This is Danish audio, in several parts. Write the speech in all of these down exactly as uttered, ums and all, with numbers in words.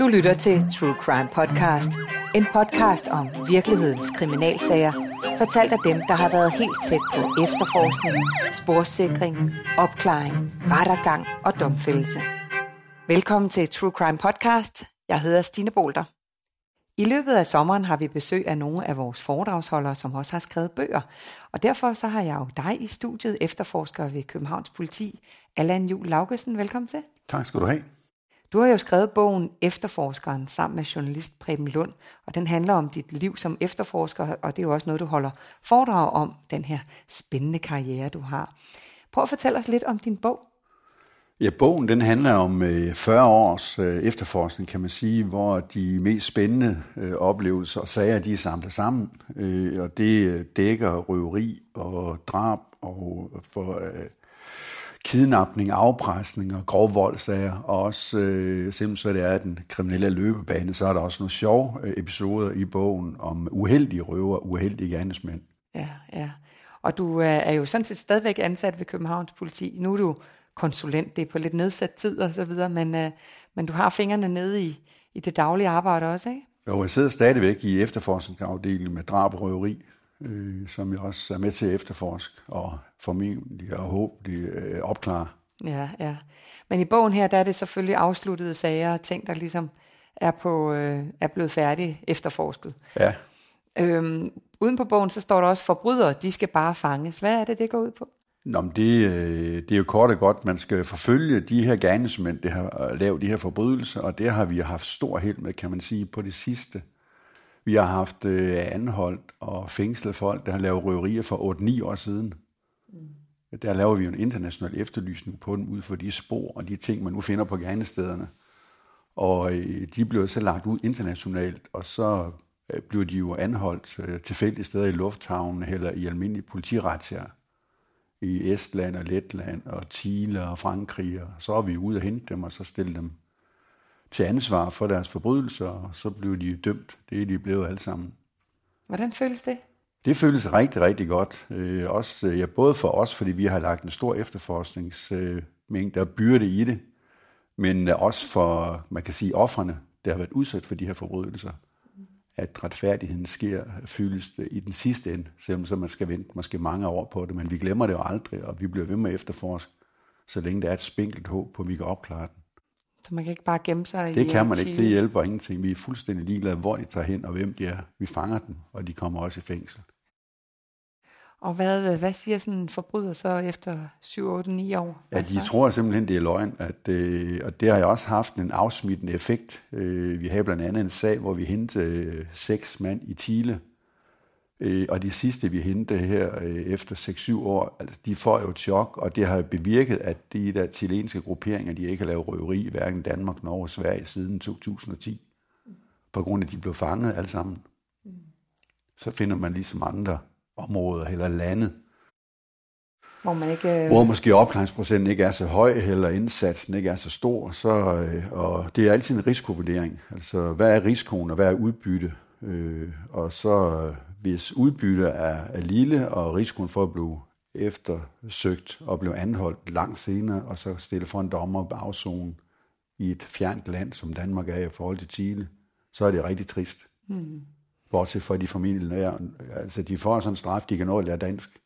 Du lytter til True Crime Podcast. En podcast om virkelighedens kriminalsager, fortalt af dem, der har været helt tæt på efterforskning, sporsikring, opklaring, rettergang og domfældelse. Velkommen til True Crime Podcast. Jeg hedder Stine Bolter. I løbet af sommeren har vi besøg af nogle af vores foredragsholdere, som også har skrevet bøger. Og derfor så har jeg jo dig i studiet, efterforsker ved Københavns Politi, Allan Juhl Laugesen. Velkommen til. Tak skal du have. Du har jo skrevet bogen Efterforskeren sammen med journalist Preben Lund, og den handler om dit liv som efterforsker, og det er jo også noget, du holder foredrag om, den her spændende karriere, du har. Prøv at fortælle os lidt om din bog. Ja, bogen den handler om fyrre års efterforskning, kan man sige, hvor de mest spændende oplevelser og sager, de er samlet sammen. Og det dækker røveri og drab og for kidnapning, afpresning og grov voldsager. Og også, øh, simpelthen så det er den kriminelle løbebane, så er der også nogle sjove episoder i bogen om uheldige røver, uheldige gerningsmænd. Ja, ja. Og du er jo sådan set stadigvæk ansat ved Københavns Politi. Nu er du konsulent, det er på lidt nedsat tid og så videre, men, øh, men du har fingrene nede i, i det daglige arbejde også, ikke? Jo, jeg sidder stadigvæk i efterforskningsafdelingen med drab og røveri, øh, som jeg også er med til at efterforske og formentlig og håbentlig øh, opklare. Ja, ja. Men i bogen her, der er det selvfølgelig afsluttede sager, ting, der ligesom er, på, øh, er blevet færdige efterforsket. Ja. Øhm, uden på bogen, så står der også, forbrydere, de skal bare fanges. Hvad er det, det går ud på? Nå, men det, det er jo kort og godt, man skal forfølge de her gerningsmænd, der har lavet de her forbrydelser, og det har vi haft stor held med, kan man sige, på det sidste. Vi har haft øh, anholdt og fængslet folk, der har lavet røverier for otte ni år siden. Mm. Der laver vi jo en international efterlysning på dem, ud for de spor og de ting, man nu finder på gerningsstederne. Og øh, de blev så lagt ud internationalt, og så øh, blev de jo anholdt øh, tilfældige steder i lufthavnen eller i almindelige politiretsjer i Estland og Letland og Chile og Frankrig, og så er vi ude og hente dem, og så stille dem til ansvar for deres forbrydelser, og så blev de dømt. Det er de blevet alle sammen. Hvordan føles det? Det føles rigtig, rigtig godt. Øh, også, ja, både for os, fordi vi har lagt en stor efterforskningsmængde og byrde i det, men også for, man kan sige, ofrene, der har været udsat for de her forbrydelser. At retfærdigheden sker fyldest i den sidste ende, selvom så man skal vente måske mange år på det, men vi glemmer det jo aldrig, og vi bliver ved med at efterforske, så længe der er et spinkelt håb på, at vi kan opklare den. Så man kan ikke bare gemme sig det i Det kan man ikke, det hjælper ingenting. Vi er fuldstændig ligeglade, hvor de tager hen, og hvem de er. Vi fanger dem, og de kommer også i fængsel. Og hvad, hvad siger sådan en forbryder så efter syv, otte, ni år? Ja, de tror simpelthen, det er løgn, at, øh, og det har jo også haft en afsmittende effekt. Øh, vi har blandt andet en sag, hvor vi hentede øh, seks mand i Chile, øh, og de sidste, vi hentede her øh, efter seks syv år, altså, de får jo et chok, og det har bevirket, at de der chilenske grupperinger, de ikke har lavet røveri i hverken Danmark, Norge og Sverige siden to tusind og ti, mm. på grund af, at de blev fanget alle sammen. Mm. Så finder man ligesom andre områder eller lande, hvor, man ikke, øh... hvor måske opklaringsprocenten ikke er så høj, eller indsatsen ikke er så stor, så, øh, og det er altid en risikovurdering. Altså, hvad er risikoen, og hvad er udbytte? Øh, og så, øh, hvis udbytte er, er lille, og risikoen for at blive eftersøgt og blive anholdt langt senere, og så stille for en dommer på afzone i et fjernt land, som Danmark er i forhold til Chile, så er det rigtig trist. Mm. Bortset for, de formentlig lærer, altså de får sådan en straf, de kan nå at lære dansk.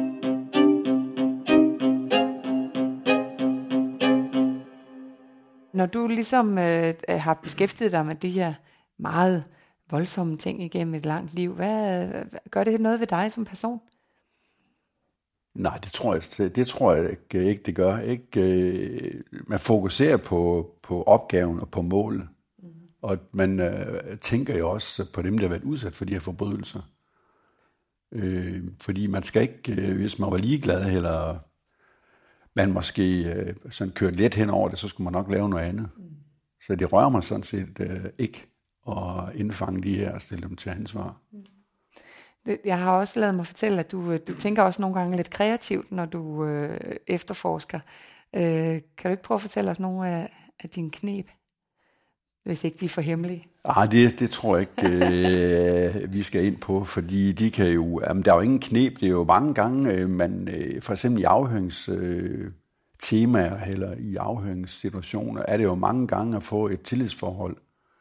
Når du ligesom øh, har beskæftiget dig med de her meget voldsomme ting igennem et langt liv, hvad, gør det noget ved dig som person? Nej, det tror jeg, det tror jeg ikke, ikke det gør. Ikke, man fokuserer på, på opgaven og på målet. Og man øh, tænker jo også på dem, der har været udsat for de her forbrydelser. Øh, fordi man skal ikke, øh, hvis man var ligeglad, eller man måske øh, sådan kørte let hen over det, så skulle man nok lave noget andet. Mm. Så det rører mig sådan set øh, ikke at indfange de her og stille dem til ansvar. Mm. Jeg har også ladet mig fortælle, at du, du tænker også nogle gange lidt kreativt, når du øh, efterforsker. Øh, kan du ikke prøve at fortælle os nogle af, af dine kneb? Hvis ikke de er for hemmelige? Ah, det, det tror jeg ikke, øh, vi skal ind på, fordi de kan jo, jamen, der er jo ingen knep. Det er jo mange gange, øh, man øh, for eksempel i afhøringstemaer øh, eller i afhøringssituationer, er det jo mange gange at få et tillidsforhold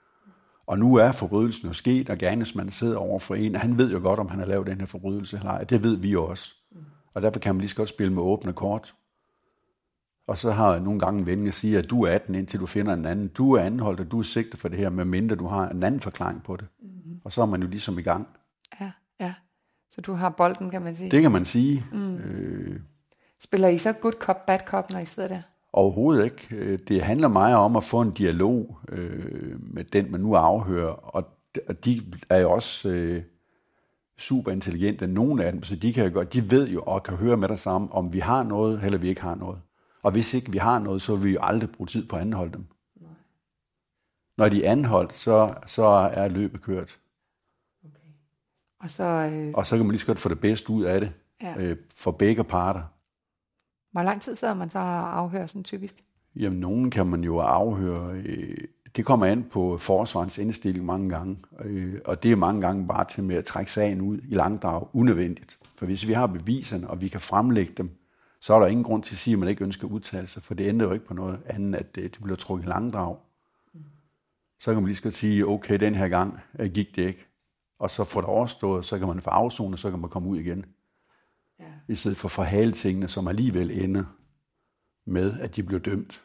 Og nu er forbrydelsen jo sket, og gerningsmanden sidder over for en, og han ved jo godt, om han har lavet den her forbrydelse eller ej. Det ved vi jo også. Mm. Og derfor kan man lige så godt spille med åbne kort. Og så har jeg nogle gange en ven, at sige, at du er atten, indtil du finder en anden. Du er anholdt, og du er sigtet for det her, medmindre du har en anden forklaring på det. Mm. Og så er man jo ligesom i gang. Ja, ja. Så du har bolden, kan man sige. Det kan man sige. Mm. Øh... Spiller I så good cop, bad cop, når I sidder der? Overhovedet ikke. Det handler meget om at få en dialog øh, med den, man nu afhører. Og de er jo også øh, super intelligente, nogle af dem, så de kan jo godt, de ved jo og kan høre med dig sammen, om vi har noget, eller vi ikke har noget. Og hvis ikke vi har noget, så vil vi jo aldrig bruge tid på at anholde dem. Nej. Når de er anholdt, så, så er løbet kørt. Okay. Og, så, øh... og så kan man lige så godt få det bedste ud af det, ja. øh, for begge parter. Hvor lang tid sidder man så og afhører sådan typisk? Jamen, nogen kan man jo afhøre. Øh, det kommer an på forsvarens indstilling mange gange. Øh, og det er mange gange bare til med at trække sagen ud i langdrag unødvendigt. For hvis vi har beviserne, og vi kan fremlægge dem, så er der ingen grund til at sige, at man ikke ønsker udtalelse, for det ændrer jo ikke på noget andet, at det, det bliver trukket i langdrag. Mm. Så kan man lige skal sige, okay, den her gang gik det ikke. Og så får det overstået, så kan man få afsonet, så kan man komme ud igen. Ja. I stedet for forhale tingene, som alligevel ender med, at de bliver dømt.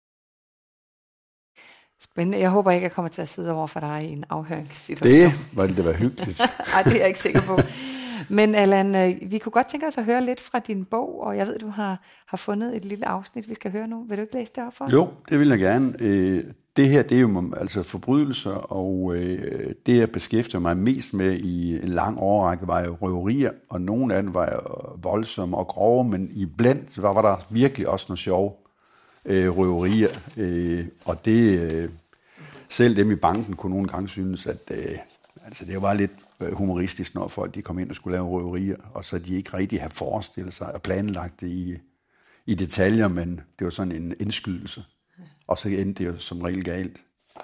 Spændende. Jeg håber ikke, jeg kommer til at sidde over for dig i en afhøringssituation. Det var det, det var hyggeligt. Nej, det er jeg ikke sikker på. Men Allan, vi kunne godt tænke os at høre lidt fra din bog, og jeg ved, du har, har fundet et lille afsnit, vi skal høre nu. Vil du ikke læse det op for os? Jo, det vil jeg gerne. Det her, det er jo altså forbrydelser, og det, jeg beskæftiger mig mest med i en lang årrække, var jo røverier, og nogle af dem var jo voldsomme og grove, men i blandt var, var der virkelig også noget sjov røverier, og det, selv dem i banken kunne nogle gange synes, at altså, det var lidt humoristisk, når folk de kom ind og skulle lave røverier, og så de ikke rigtig havde forestillet sig og planlagt det i, i detaljer, men det var sådan en indskydelse. Og så endte det jo som regel galt.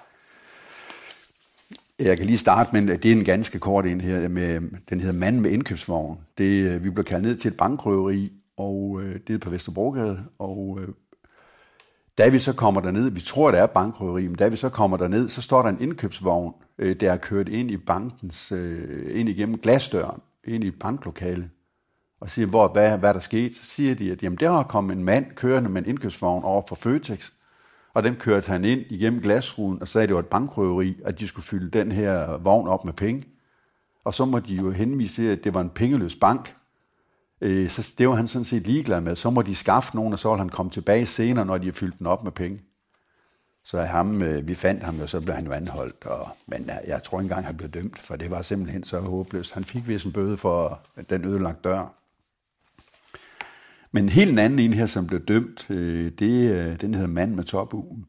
Jeg kan lige starte med, at det er en ganske kort en her, med, den hedder Manden med indkøbsvogn. Det, vi blev kaldt ned til et bankrøveri, og det er på Vesterbrogade, og da vi så kommer derned, vi tror, det er bankrøveri, men da vi så kommer derned, så står der en indkøbsvogn, der er kørt ind i bankens, ind igennem glasdøren, ind i banklokalet, og siger, hvor, hvad, hvad der skete. Så siger de, at jamen, der har kommet en mand kørende med en indkøbsvogn over for Føtex, og den kørte han ind igennem glasruden og sagde, at det var et bankrøveri, at de skulle fylde den her vogn op med penge. Og så må de jo henvise til, at det var en pengeløs bank. Så det var han sådan set ligeglad med. Så må de skaffe nogen, og så vil han komme tilbage senere, når de har fyldt den op med penge. Så ham, vi fandt ham, og så blev han jo anholdt. Og, men jeg tror ikke engang, han blev dømt, for det var simpelthen så håbløst. Han fik vist en bøde for den ødelagte dør. Men en helt anden en her, som blev dømt, det, den hedder Manden med topugen.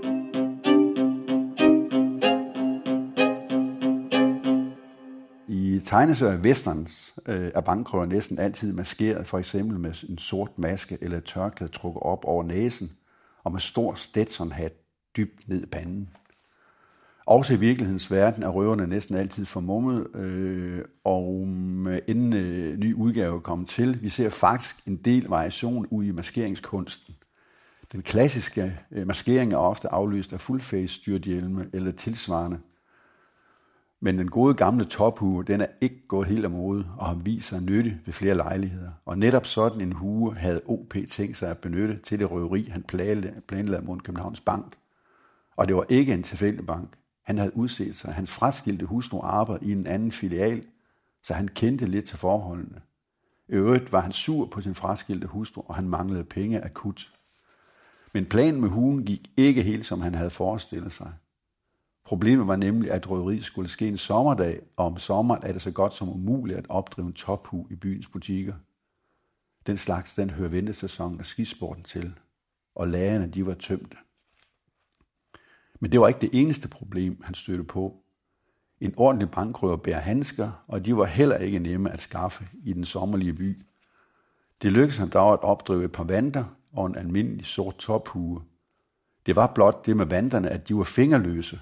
I tegneserier westerns øh, er bankrøver næsten altid maskeret, for eksempel med en sort maske eller et tørklæde trukket op over næsen, og med stor Stetson-hat dybt ned i panden. Også i virkelighedens verden er røverne næsten altid formummet, øh, og inden øh, ny udgave kommer til, vi ser faktisk en del variation ud i maskeringskunsten. Den klassiske øh, maskering er ofte afløst af fullface styrthjelme eller tilsvarende. Men den gode gamle tophue, den er ikke gået helt af mode og har vist sig nyttig ved flere lejligheder. Og netop sådan en hue havde O P tænkt sig at benytte til det røveri, han planlagde mod Københavns Bank. Og det var ikke en tilfældig bank. Han havde udset sig, at hans fraskilte hustru arbejdede i en anden filial, så han kendte lidt til forholdene. I øvrigt var han sur på sin fraskilte hustru, og han manglede penge akut. Men planen med huen gik ikke helt, som han havde forestillet sig. Problemet var nemlig, at røveriet skulle ske en sommerdag, og om sommeren er det så godt som umuligt at opdrive en tophue i byens butikker. Den slags, den hører vintersæsonen af skisporten til, og lagerne, de var tømte. Men det var ikke det eneste problem, han stødte på. En ordentlig bankrøver bærer handsker, og de var heller ikke nemme at skaffe i den sommerlige by. Det lykkedes ham dog at opdrive et par vanter og en almindelig sort tophue. Det var blot det med vanterne, at de var fingerløse.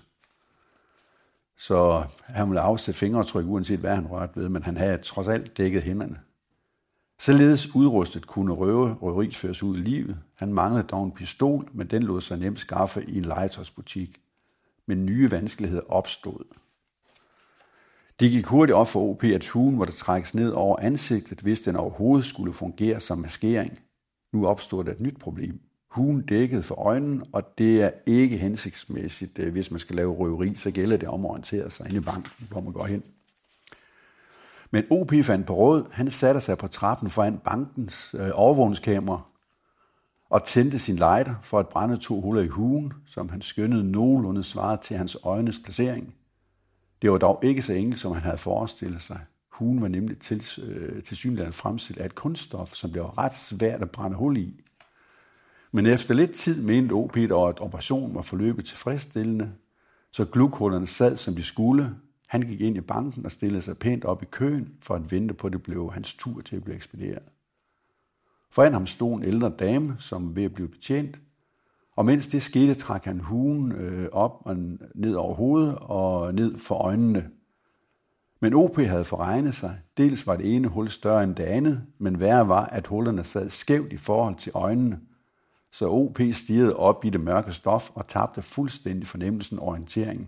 Så han ville afsætte fingeraftryk, uanset hvad han rørte ved, men han havde trods alt dækket hænderne. Således udrustet kunne røve røveriet føres ud i livet. Han manglede dog en pistol, men den lod sig nemt skaffe i en legetøjsbutik. men nye vanskeligheder opstod. Det gik hurtigt op for O P, at hugen måtte trækkes ned over ansigtet, hvis den overhovedet skulle fungere som maskering. Nu opstod der et nyt problem. Hugen dækkede for øjnene, og det er ikke hensigtsmæssigt. Hvis man skal lave røveri, så gælder det om at orientere sig inde i banken, hvor man går hen. Men O P fandt på råd. Han satte sig på trappen foran bankens øh, overvågningskamera og tændte sin lighter for at brænde to huller i hugen, som han skønnede nogenlunde svarede til hans øjnes placering. Det var dog ikke så enkelt, som han havde forestillet sig. Hugen var nemlig til, øh, tilsyneladende fremstillet af et kunststof, som det var ret svært at brænde hul i. Men efter lidt tid mente O P, at operationen var forløbet tilfredsstillende, så glukhullerne sad, som de skulle. Han gik ind i banken og stillede sig pænt op i køen for at vente på, at det blev hans tur til at blive ekspederet. Foran ham stod en ældre dame, som var ved at blive betjent, og mens det skete, trak han hugen øh, op og ned over hovedet og ned for øjnene. Men O P havde forregnet sig. Dels var det ene hul større end det andet, men værre var, at hullerne sad skævt i forhold til øjnene, så O P stirrede op i det mørke stof og tabte fuldstændig fornemmelsen og orienteringen.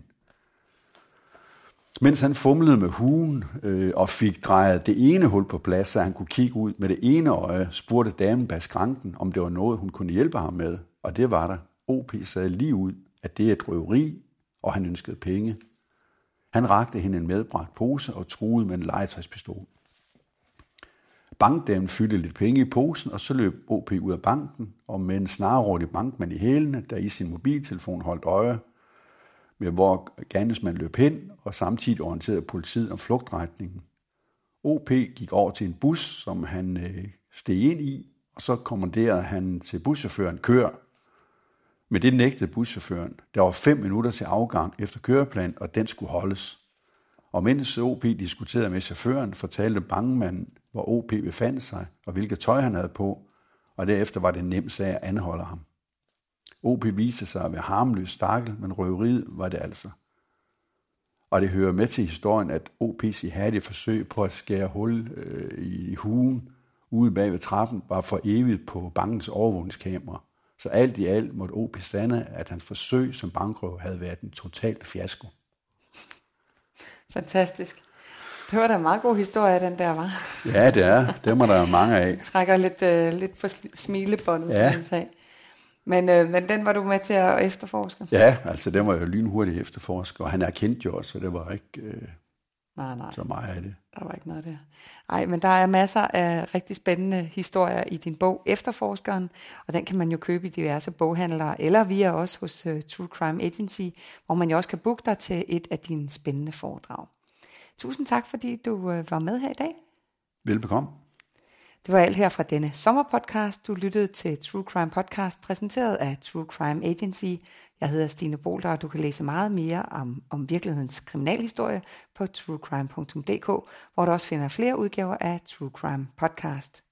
Mens han fumlede med hugen øh, og fik drejet det ene hul på plads, så han kunne kigge ud med det ene øje, spurgte damen bag skranken, om det var noget, hun kunne hjælpe ham med. Og det var der. O P sagde lige ud, at det er et røveri, og han ønskede penge. Han rakte hende en medbragt pose og truede med en legetøjspistol. Bankdamen fyldte lidt penge i posen, og så løb O P ud af banken, og med en snarrådig bankmand i hælene, der i sin mobiltelefon holdt øje med hvor gerningsmanden løb hen, og samtidig orienterede politiet om flugtretningen. O P gik over til en bus, som han øh, steg ind i, og så kommanderede han til buschaufføren, kør. Men det nægtede buschaufføren. Der var fem minutter til afgang efter køreplan, og den skulle holdes. Og mens O P diskuterede med chaufføren, fortalte bankmanden, hvor O P befandt sig, og hvilket tøj han havde på, og derefter var det en nem sag at anholde ham. O P viste sig at være harmløs stakkel, men røveriet var det altså. Og det hører med til historien, at O P's ihærdige forsøg på at skære hul øh, i hugen ude bag ved trappen var for evigt på bankens overvågningskamera. Så alt i alt måtte O P sande, at hans forsøg som bankrøver havde været en total fiasko. Fantastisk. Det var da en meget god historie, den der, var. Ja, det er. Dem er der mange af. Trækker lidt, øh, lidt på smilebåndet, ja. som han sagde. Men, øh, men den var du med til at efterforske? Ja, altså den var jo lynhurtigt efterforske, og han er kendt jo også, så det var ikke øh, nej, nej. så meget af det. Der var ikke noget der. Ej, men der er masser af rigtig spændende historier i din bog, Efterforskeren, og den kan man jo købe i diverse boghandlere, eller via os hos uh, True Crime Agency, hvor man jo også kan booke dig til et af dine spændende foredrag. Tusind tak, fordi du uh, var med her i dag. Velbekomme. Det var alt her fra denne sommerpodcast. Du lyttede til True Crime Podcast, præsenteret af True Crime Agency. Jeg hedder Stine Bolter, og du kan læse meget mere om, om virkelighedens kriminalhistorie på truecrime punktum d k, hvor du også finder flere udgaver af True Crime Podcast.